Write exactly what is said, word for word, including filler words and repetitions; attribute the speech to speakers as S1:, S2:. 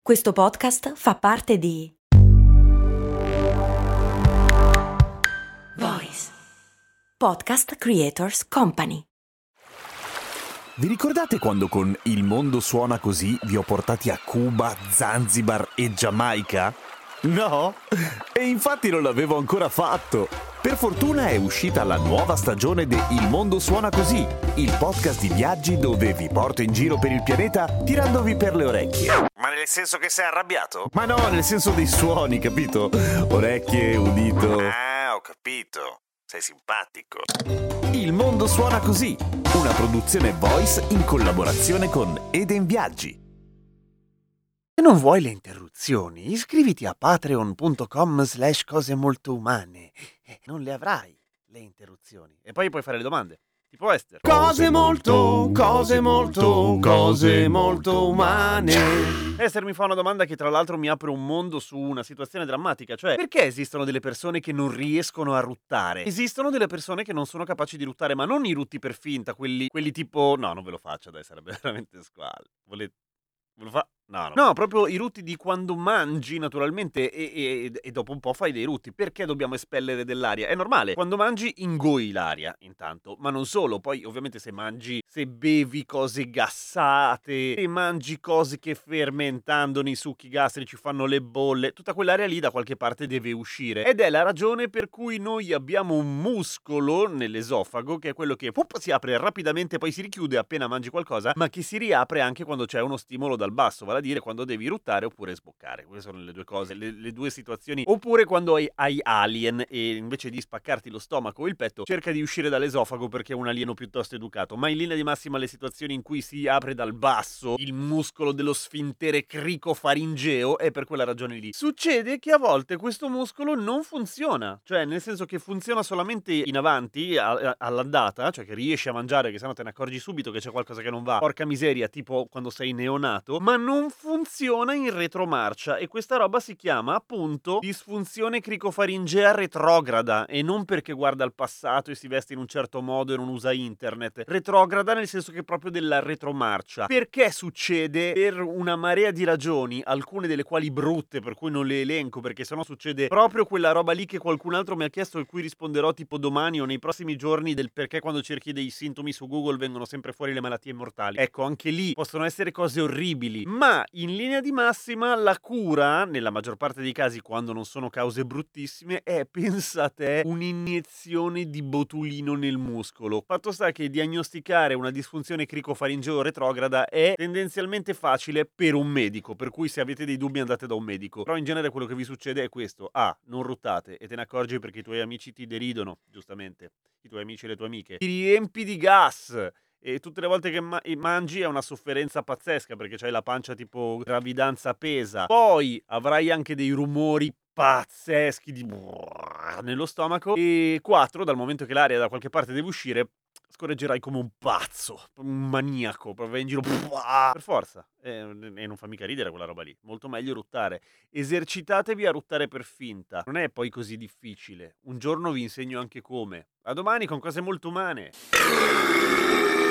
S1: Questo podcast fa parte di Voice Podcast Creators Company.
S2: Vi ricordate quando con Il mondo suona così vi ho portati a Cuba, Zanzibar e Giamaica? No? E infatti non l'avevo ancora fatto. Per fortuna è uscita la nuova stagione di Il mondo suona così, il podcast di viaggi dove vi porto in giro per il pianeta tirandovi per le orecchie. Ma nel senso che sei arrabbiato? Ma no, nel senso dei suoni, capito? Orecchie, udito. Ah, ho capito. Sei simpatico. Il mondo suona così, una produzione Voice in collaborazione con Eden Viaggi.
S3: Se non vuoi le interruzioni, iscriviti a patreon.com slash cose molto umane. Non le avrai, le interruzioni. E poi puoi fare le domande. Tipo Esther. Cose molto, cose molto, cose molto umane. Esther mi fa una domanda che tra l'altro mi apre un mondo su una situazione drammatica. Cioè, perché esistono delle persone che non riescono a ruttare? Esistono delle persone che non sono capaci di ruttare, ma non i rutti per finta, quelli, quelli tipo... No, non ve lo faccio, dai, sarebbe veramente squallo. Volete... Ve lo fa? No, no. No, proprio i rutti di quando mangi naturalmente e, e, e dopo un po' fai dei rutti. Perché dobbiamo espellere dell'aria? È normale, quando mangi ingoi l'aria intanto, ma non solo. Poi ovviamente se mangi, se bevi cose gassate, se mangi cose che fermentando nei succhi gastrici fanno le bolle, tutta quell'aria lì da qualche parte deve uscire. Ed è la ragione per cui noi abbiamo un muscolo nell'esofago che è quello che pup, si apre rapidamente, poi si richiude appena mangi qualcosa, ma che si riapre anche quando c'è uno stimolo dal basso, vale a dire quando devi ruttare oppure sboccare. Queste sono le due cose, le, le due situazioni. Oppure quando hai, hai alien e invece di spaccarti lo stomaco o il petto cerca di uscire dall'esofago perché è un alieno piuttosto educato. Ma in linea di massima le situazioni in cui si apre dal basso il muscolo dello sfintere cricofaringeo è per quella ragione lì. Succede che a volte questo muscolo non funziona, cioè nel senso che funziona solamente in avanti a, a, all'andata, cioè che riesci a mangiare, che sennò te ne accorgi subito che c'è qualcosa che non va, porca miseria, tipo quando sei neonato, ma non funziona in retromarcia e questa roba si chiama appunto disfunzione cricofaringea retrograda, e non perché guarda al passato e si veste in un certo modo e non usa internet. Retrograda nel senso che è proprio della retromarcia. Perché succede? Per una marea di ragioni, alcune delle quali brutte, per cui non le elenco perché sennò succede proprio quella roba lì che qualcun altro mi ha chiesto e cui risponderò tipo domani o nei prossimi giorni, del perché quando cerchi dei sintomi su Google vengono sempre fuori le malattie mortali. Ecco, anche lì possono essere cose orribili, ma in linea di massima la cura, nella maggior parte dei casi quando non sono cause bruttissime, è, pensa a te, un'iniezione di botulino nel muscolo. Fatto sta che diagnosticare una disfunzione cricofaringeo retrograda è tendenzialmente facile per un medico, per cui se avete dei dubbi andate da un medico. Però in genere quello che vi succede è questo: A, non ruttate e te ne accorgi perché i tuoi amici ti deridono, giustamente, i tuoi amici e le tue amiche. Ti riempi di gas e tutte le volte che ma- mangi è una sofferenza pazzesca perché c'hai la pancia tipo gravidanza pesa. Poi avrai anche dei rumori pazzeschi di nello stomaco. E quattro, dal momento che l'aria da qualche parte deve uscire, scorreggerai come un pazzo, un maniaco, proprio vai in giro per forza. E, e non fa mica ridere quella roba lì. Molto meglio ruttare. Esercitatevi a ruttare per finta. Non è poi così difficile. Un giorno vi insegno anche come. A domani con cose molto umane.